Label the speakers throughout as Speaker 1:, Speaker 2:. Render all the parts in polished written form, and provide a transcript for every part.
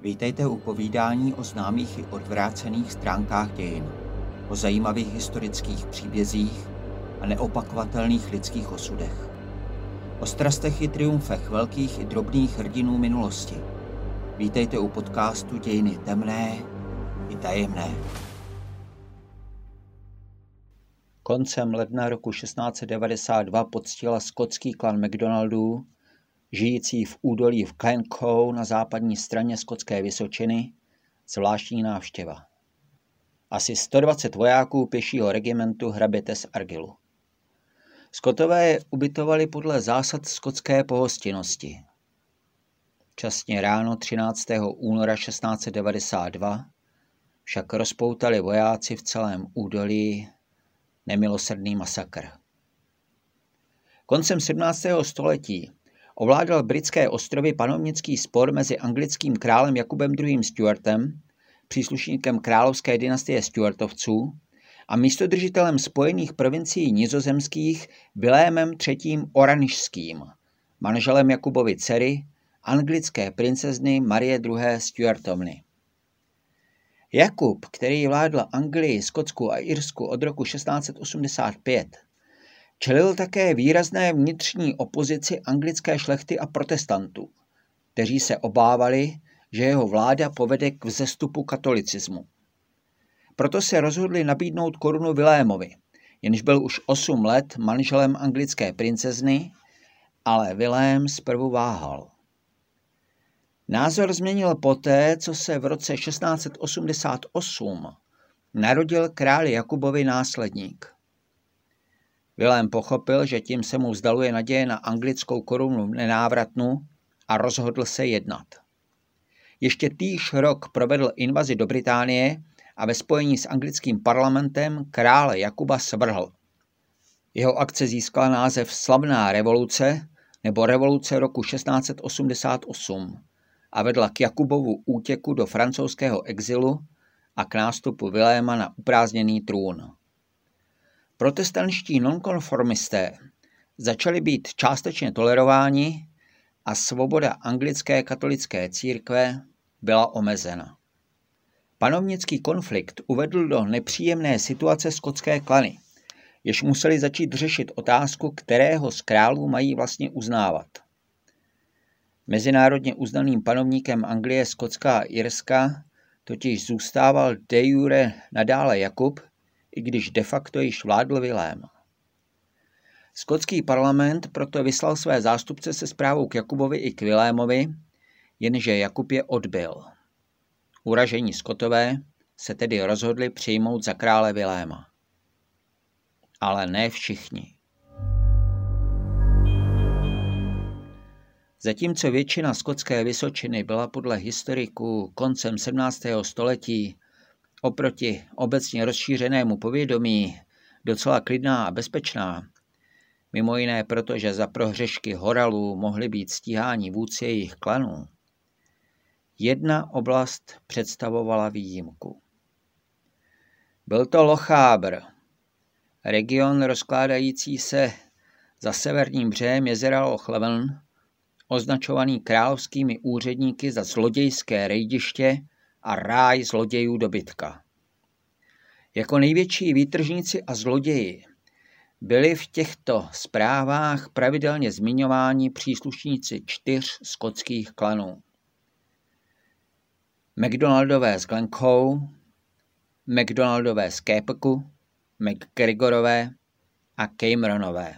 Speaker 1: Vítejte u povídání o známých i odvrácených stránkách dějin, o zajímavých historických příbězích a neopakovatelných lidských osudech. O strastech i triumfech velkých i drobných hrdinů minulosti. Vítejte u podcastu Dějiny temné i tajemné. Koncem ledna roku 1692 poctila skotský klan MacDonaldů, žijící v údolí v Glencoe na západní straně skotské Vysočiny, zvláštní návštěva. Asi 120 vojáků pěšího regimentu hraběte z Argylu. Skotové je ubytovali podle zásad skotské pohostinnosti. Časně ráno 13. února 1692 však rozpoutali vojáci v celém údolí nemilosrdný masakr. Koncem 17. století ovládal britské ostrovy panovnický spor mezi anglickým králem Jakubem II. Stuartem, příslušníkem královské dynastie Stuartovců, a místodržitelem spojených provincií nizozemských Vilémem III. Oranžským, manželem Jakubovy dcery, anglické princezny Marie II. Stuartovny. Jakub, který vládl Anglii, Skotsku a Irsku od roku 1685, čelil také výrazné vnitřní opozici anglické šlechty a protestantů, kteří se obávali, že jeho vláda povede k vzestupu katolicismu. Proto se rozhodli nabídnout korunu Vilémovi, jenž byl už 8 let manželem anglické princezny, ale Vilém zprvu váhal. Názor změnil poté, co se v roce 1688 narodil králi Jakubovi následník. Vilém pochopil, že tím se mu vzdaluje naděje na anglickou korunu nenávratnou a rozhodl se jednat. Ještě týž rok provedl invazi do Británie a ve spojení s anglickým parlamentem krále Jakuba svrhl. Jeho akce získala název Slavná revoluce nebo revoluce roku 1688 a vedla k Jakubovu útěku do francouzského exilu a k nástupu Viléma na uprázdněný trůn. Protestantští nonkonformisté začali být částečně tolerováni a svoboda anglické katolické církve byla omezena. Panovnický konflikt uvedl do nepříjemné situace skotské klany, jež museli začít řešit otázku, kterého z králů mají vlastně uznávat. Mezinárodně uznaným panovníkem Anglie, Skotska a Irska totiž zůstával de jure nadále Jakub, i když de facto již vládl Vilém. Skotský parlament proto vyslal své zástupce se zprávou k Jakubovi i k Vilémovi, jenže Jakub je odbyl. Uražení Skotové se tedy rozhodli přijmout za krále Viléma. Ale ne všichni. Zatímco většina skotské Vysočiny byla podle historiků koncem 17. století oproti obecně rozšířenému povědomí docela klidná a bezpečná, mimo jiné proto, že za prohřešky horalů mohli být stíháni vůdci jejich klanů, jedna oblast představovala výjimku. Byl to Lochaber, region rozkládající se za severním břehem jezera Loch Leven, označovaný královskými úředníky za zlodějské rejdiště a ráj zlodějů dobytka. Jako největší výtržníci a zloději byli v těchto zprávách pravidelně zmiňováni příslušníci 4 skotských klanů. MacDonaldové z Glencoe, MacDonaldové z Capeku, MacGregorové a Cameronové.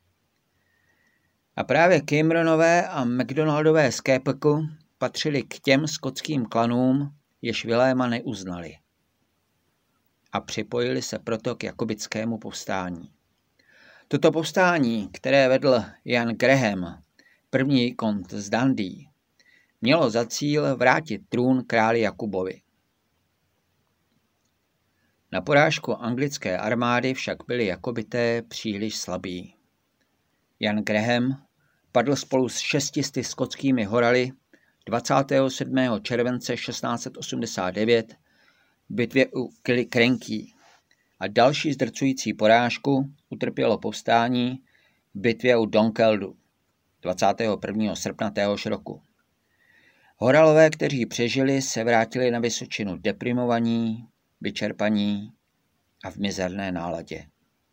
Speaker 1: A právě Cameronové a MacDonaldové z Capeku patřili k těm skotským klanům, jež Viléma neuznali. A připojili se proto k jakobitskému povstání. Toto povstání, které vedl Jan Graham, první kont z Dundee, mělo za cíl vrátit trůn králi Jakubovi. Na porážku anglické armády však byli jakobité příliš slabí. Jan Graham padl spolu s 600 skotskými horaly 27. července 1689 v bitvě u Killiecrankie a další zdrcující porážku utrpělo povstání v bitvě u Donkeldu 21. srpna téhož roku. Horalové, kteří přežili, se vrátili na Vysočinu deprimovaní, vyčerpaní a v mizerné náladě.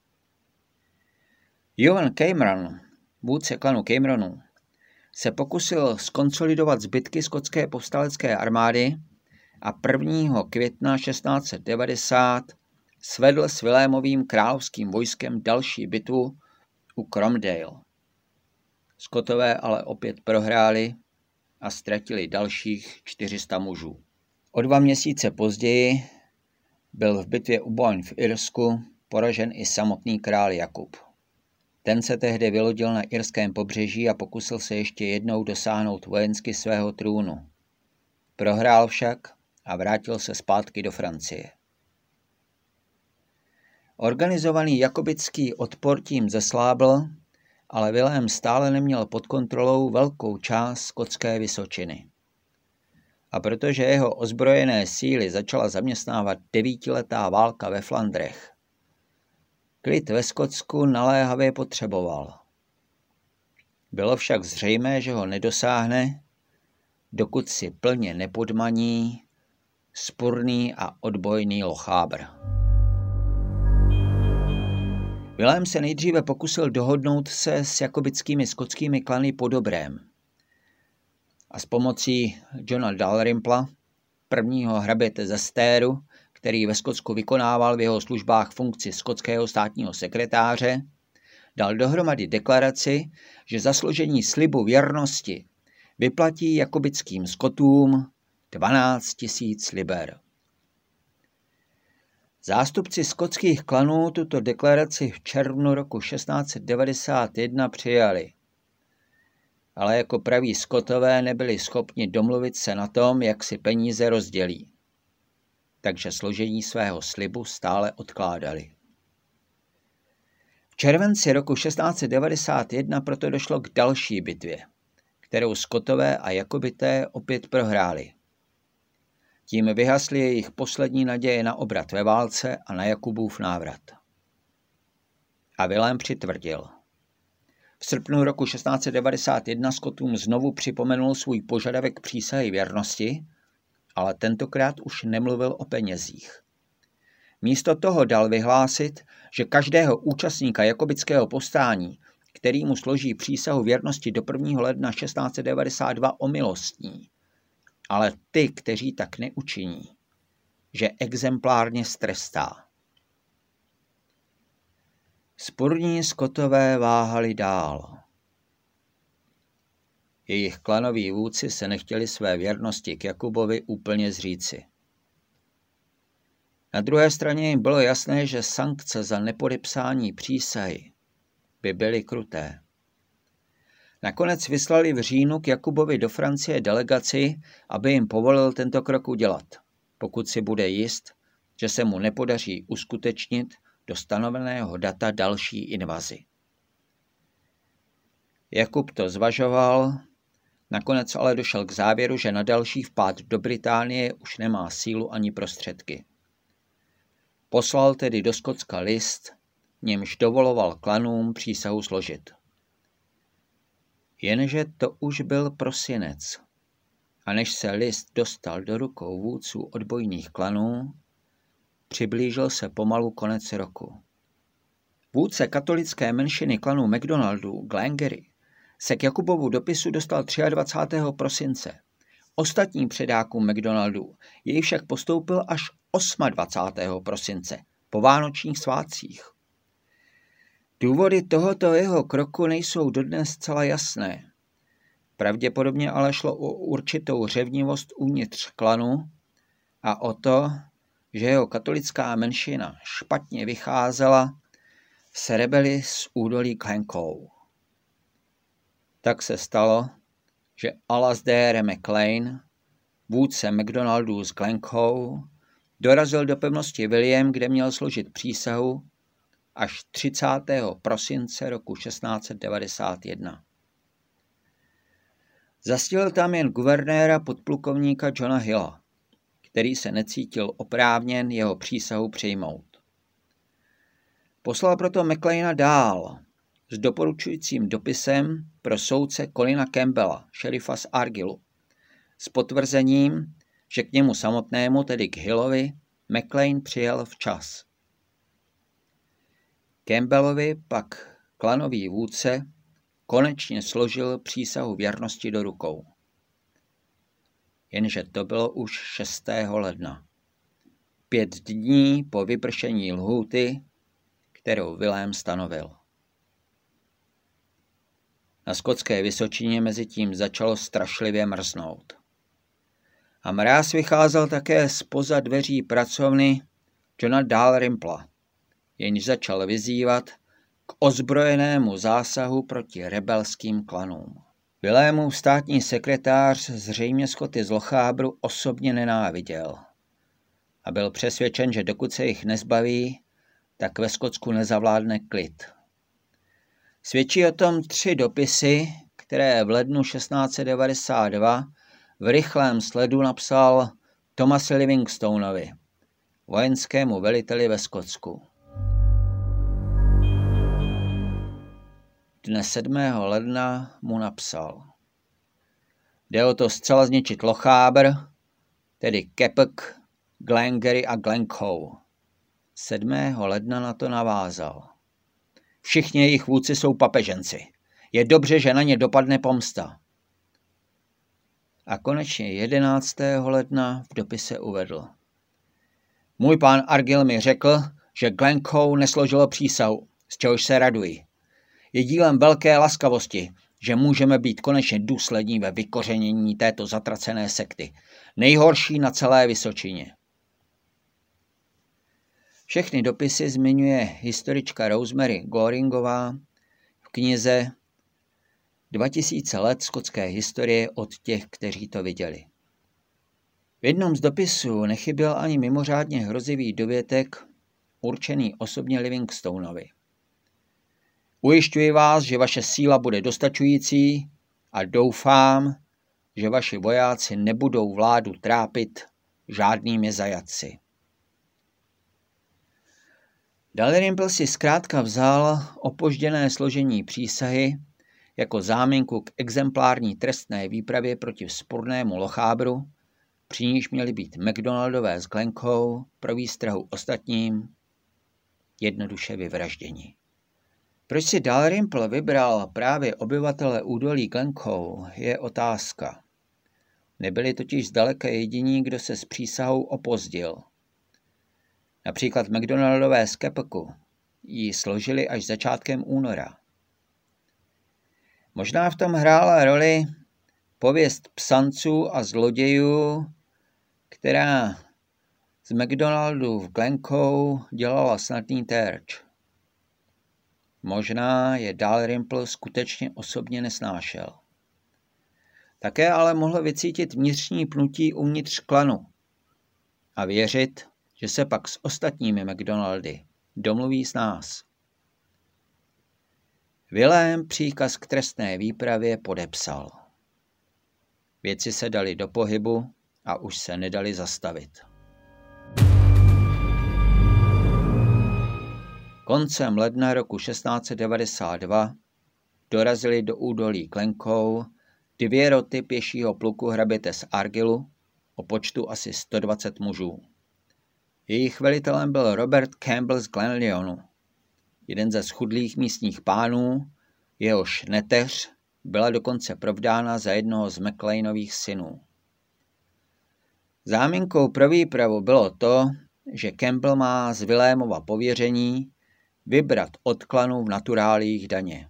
Speaker 1: Ewan Cameron, vůdce klanu Cameronů, se pokusil skonsolidovat zbytky skotské povstalecké armády a 1. května 1690 svedl s Vilémovým královským vojskem další bitvu u Cromdale. Skotové ale opět prohráli a ztratili dalších 400 mužů. O 2 měsíce později byl v bitvě u Boyne v Irsku poražen i samotný král Jakub. Ten se tehdy vylodil na irském pobřeží a pokusil se ještě jednou dosáhnout vojensky svého trůnu. Prohrál však a vrátil se zpátky do Francie. Organizovaný jakobitský odpor tím zeslábl, ale Vilém stále neměl pod kontrolou velkou část skotské Vysočiny. A protože jeho ozbrojené síly začala zaměstnávat 9letá válka ve Flandrech, klid ve Skotsku naléhavě potřeboval. Bylo však zřejmé, že ho nedosáhne, dokud si plně nepodmaní spurný a odbojný lochábr. Vilém se nejdříve pokusil dohodnout se s jakobitskými skotskými klany po dobrém. A s pomocí Johna Dalrympla, prvního hraběte ze Stéru, který ve Skotsku vykonával v jeho službách funkci skotského státního sekretáře, dal dohromady deklaraci, že za složení slibu věrnosti vyplatí jakobitským Skotům 12 000 liber. Zástupci skotských klanů tuto deklaraci v červnu roku 1691 přijali, ale jako praví Skotové nebyli schopni domluvit se na tom, jak si peníze rozdělí. Takže složení svého slibu stále odkládali. V červenci roku 1691 proto došlo k další bitvě, kterou Skotové a Jakobité opět prohráli. Tím vyhasly jejich poslední naděje na obrat ve válce a na Jakubův návrat. A Vilém přitvrdil. V srpnu roku 1691 Skotům znovu připomenul svůj požadavek přísahy věrnosti, ale tentokrát už nemluvil o penězích. Místo toho dal vyhlásit, že každého účastníka jakobitského povstání, který mu složí přísahu věrnosti do 1. ledna 1692, omilostní, ale ty, kteří tak neučiní, že exemplárně strestá. Spurní Skotové váhali dál. Jejich klanoví vůdci se nechtěli své věrnosti k Jakubovi úplně zříci. Na druhé straně jim bylo jasné, že sankce za nepodepsání přísahy by byly kruté. Nakonec vyslali v říjnu k Jakubovi do Francie delegaci, aby jim povolil tento krok udělat, pokud si bude jist, že se mu nepodaří uskutečnit do stanoveného data další invazi. Jakub to zvažoval, nakonec ale došel k závěru, že na další vpád do Británie už nemá sílu ani prostředky. Poslal tedy do Skotska list, němž dovoloval klanům přísahu složit. Jenže to už byl prosinec a než se list dostal do rukou vůdců odbojných klanů, přiblížil se pomalu konec roku. Vůdce katolické menšiny klanu MacDonaldů, Glengarry, se k Jakubovu dopisu dostal 23. prosince. Ostatním předákům MacDonaldů jej však postoupil až 28. prosince, po vánočních svátcích. Důvody tohoto jeho kroku nejsou dodnes zcela jasné. Pravděpodobně ale šlo o určitou řevnivost uvnitř klanu a o to, že jeho katolická menšina špatně vycházela s rebeli z údolí Glencoe. Tak se stalo, že Alasdair MacLean, vůdce MacDonaldů z Glencoe, dorazil do pevnosti William, kde měl složit přísahu až 30. prosince roku 1691. Zastihl tam jen guvernéra podplukovníka Johna Hilla, který se necítil oprávněn jeho přísahu přijmout. Poslal proto MacLeana dál s doporučujícím dopisem pro soudce Colina Campbella, šerifa z Argyllu, s potvrzením, že k němu samotnému, tedy k Hillovi, Maclean přijel včas. Campbellovi pak klanový vůdce konečně složil přísahu věrnosti do rukou. Jenže to bylo už 6. ledna. 5 dní po vypršení lhůty, kterou Vilém stanovil. Na skotské Vysočině mezitím začalo strašlivě mrznout. A mráz vycházel také zpoza dveří pracovny Johna Dalrympla, jenž začal vyzývat k ozbrojenému zásahu proti rebelským klanům. Vilémův státní sekretář zřejmě Skoty z Lochábru osobně nenáviděl a byl přesvědčen, že dokud se jich nezbaví, tak ve Skotsku nezavládne klid. Svědčí o tom 3 dopisy, které v lednu 1692 v rychlém sledu napsal Thomasi Livingstoneovi, vojenskému veliteli ve Skotsku. Dne 7. ledna mu napsal: Jde o to zcela zničit Lochábr, tedy Keppoch, Glengarry a Glencoe. 7. ledna na to navázal: Všichni jejich vůdci jsou papeženci. Je dobře, že na ně dopadne pomsta. A konečně 11. ledna v dopise uvedl: Můj pán Argyll mi řekl, že Glencoe nesložilo přísahu, z čehož se raduji. Je dílem velké laskavosti, že můžeme být konečně důslední ve vykořenění této zatracené sekty, nejhorší na celé Vysočině. Všechny dopisy zmiňuje historička Rosemary Goringová v knize 2000 let skotské historie od těch, kteří to viděli. V jednom z dopisů nechyběl ani mimořádně hrozivý dovětek určený osobně Livingstoneovi. Ujišťuji vás, že vaše síla bude dostačující a doufám, že vaši vojáci nebudou vládu trápit žádnými zajatci. Dalrymple si zkrátka vzal opožděné složení přísahy jako záminku k exemplární trestné výpravě proti spornému Lochábru, při níž měli být MacDonaldové s Glencoe pro výstrahu ostatním jednoduše vyvražděni. Proč si Dalrymple vybral právě obyvatele údolí Glencoe, je otázka. Nebyli totiž zdaleka jediní, kdo se s přísahou opozdil. Například MacDonaldové z Keppochu ji složili až začátkem února. Možná v tom hrála roli pověst psanců a zlodějů, která z MacDonaldu v Glencoe dělala snadný terč. Možná je Dalrymple skutečně osobně nesnášel. Také ale mohl vycítit vnitřní pnutí uvnitř klanu a věřit, že se pak s ostatními MacDonaldy domluví s nás. Vilém příkaz k trestné výpravě podepsal. Věci se daly do pohybu a už se nedali zastavit. Koncem ledna roku 1692 dorazili do údolí Glencoe 2 roty pěšího pluku hraběte z Argyllu o počtu asi 120 mužů. Jejich velitelem byl Robert Campbell z Glenlyonu, jeden ze schudlých místních pánů, jehož neteř byla dokonce provdána za jednoho z Macleanových synů. Záminkou pro výpravu bylo to, že Campbell má z Vilémova pověření vybrat od klanu v naturálích daně.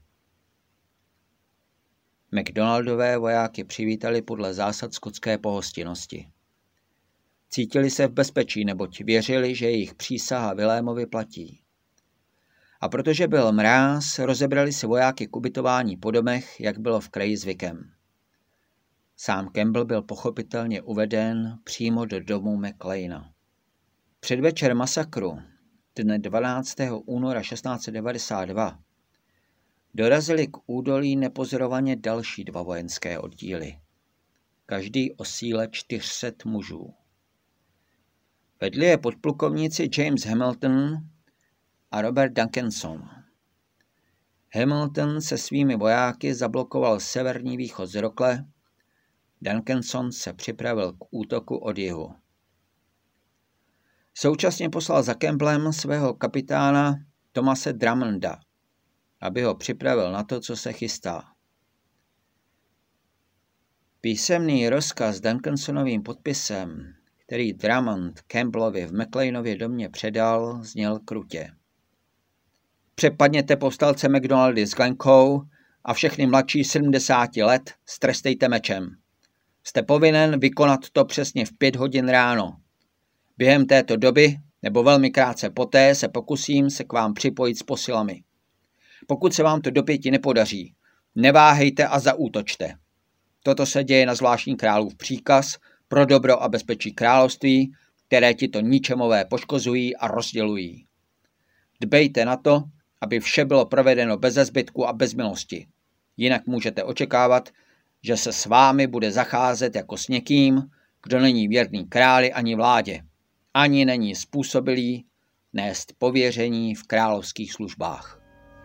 Speaker 1: MacDonaldové vojáky přivítali podle zásad skotské pohostinnosti. Cítili se v bezpečí, neboť věřili, že jejich přísaha Vilémovi platí. A protože byl mráz, rozebrali si vojáky k ubytování po domech, jak bylo v kraji zvykem. Sám Campbell byl pochopitelně uveden přímo do domu Macleana. Předvečer masakru, dne 12. února 1692, dorazili k údolí nepozorovaně další 2 vojenské oddíly, každý o síle 400 mužů. Vedli je podplukovníci James Hamilton a Robert Duncanson. Hamilton se svými vojáky zablokoval severní východ z Rockle, Duncanson se připravil k útoku od jihu. Současně poslal za Campbellem svého kapitána Thomase Drummonda, aby ho připravil na to, co se chystá. Písemný rozkaz s Duncansonovým podpisem, který Drummond Campbellovi v McLeanově domě předal, zněl krutě. Přepadněte povstalce McDonaldy s Glencoe a všechny mladší 70 let strestejte mečem. Jste povinen vykonat to přesně v 5 hodin ráno. Během této doby, nebo velmi krátce poté, se pokusím se k vám připojit s posilami. Pokud se vám to do 5 nepodaří, neváhejte a zaútočte. Toto se děje na zvláštní králův příkaz pro dobro a bezpečí království, které tito ničemové poškozují a rozdělují. Dbejte na to, aby vše bylo provedeno beze zbytku a bez milosti. Jinak můžete očekávat, že se s vámi bude zacházet jako s někým, kdo není věrný králi ani vládě, ani není způsobilý nést pověření v královských službách.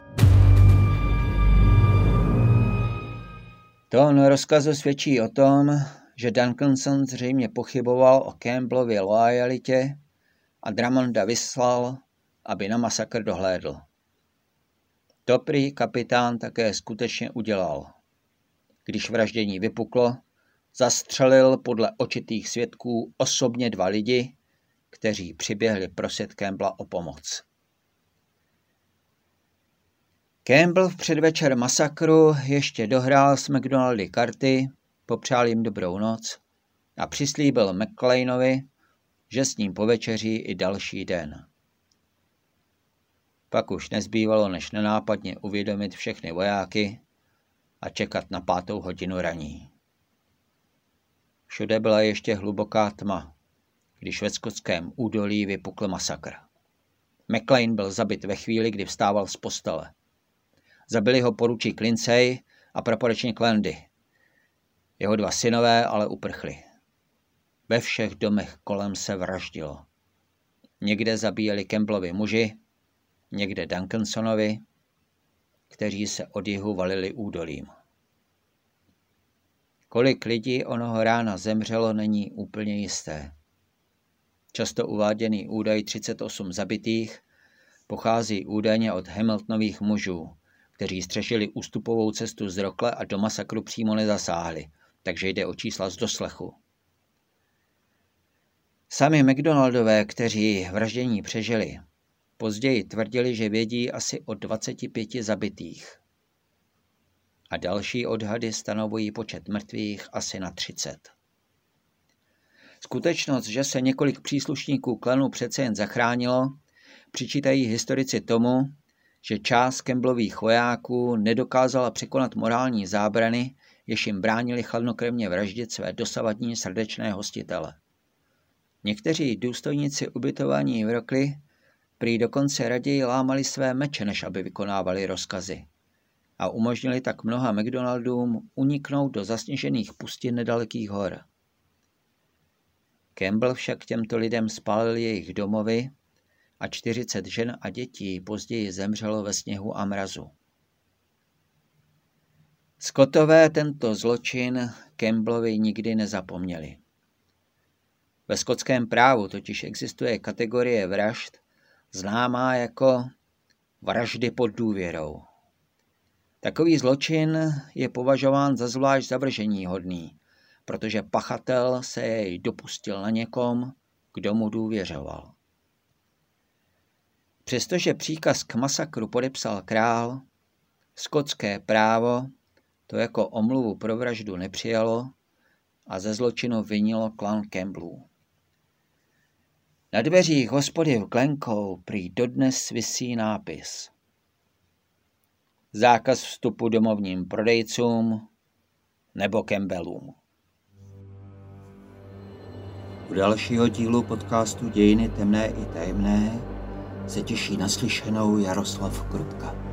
Speaker 1: Tón rozkazu svědčí o tom, že Duncanson zřejmě pochyboval o Campbellově loajalitě a Drummonda vyslal, aby na masakr dohlédl. To prý kapitán také skutečně udělal. Když vraždění vypuklo, zastřelil podle očitých svědků osobně 2 lidi, kteří přiběhli prosit Campbella o pomoc. Campbell v předvečer masakru ještě dohrál s McDonaldy karty, popřál jim dobrou noc a přislíbil McLeanovi, že s ním povečeří i další den. Pak už nezbývalo, než nenápadně uvědomit všechny vojáky a čekat na 5. hodinu raní. Všude byla ještě hluboká tma, když ve skotském údolí vypukl masakr. McLean byl zabit ve chvíli, kdy vstával z postele. Zabili ho poručík Lindsay a praporečník Landy. Jeho 2 synové ale uprchli. Ve všech domech kolem se vraždilo. Někde zabíjeli Campbellovi muži, někde Duncansonovi, kteří se od jihu valili údolím. Kolik lidí onoho rána zemřelo, není úplně jisté. Často uváděný údaj 38 zabitých pochází údajně od Hamiltonových mužů, kteří střešili ústupovou cestu z Rockle a do masakru přímo nezasáhli, takže jde o čísla z doslechu. Sami McDonaldové, kteří vraždění přežili, později tvrdili, že vědí asi o 25 zabitých. A další odhady stanovují počet mrtvých asi na 30. Skutečnost, že se několik příslušníků klanu přece jen zachránilo, přičítají historici tomu, že část Campbellových vojáků nedokázala překonat morální zábrany, jež jim bránili chladnokrevně vraždit své dosavadní srdečné hostitele. Někteří důstojníci ubytovaní v Rockli prý dokonce raději lámali své meče, než aby vykonávali rozkazy, a umožnili tak mnoha McDonaldům uniknout do zasněžených pustin nedalekých hor. Campbell však těmto lidem spálil jejich domovy a 40 žen a dětí později zemřelo ve sněhu a mrazu. Skotové tento zločin Campbellovi nikdy nezapomněli. Ve skotském právu totiž existuje kategorie vražd, známá jako vraždy pod důvěrou. Takový zločin je považován za zvlášť zavrženíhodný, protože pachatel se jej dopustil na někom, kdo mu důvěřoval. Přestože příkaz k masakru podepsal král, skotské právo to jako omluvu pro vraždu nepřijalo a ze zločinu vinilo klan Campbellů. Na dveřích hospody v Glencoe prý dodnes visí nápis: Zákaz vstupu domovním prodejcům nebo Campbellům. U dalšího dílu podcastu Dějiny temné i tajemné se těší naslyšenou Jaroslav Krutka.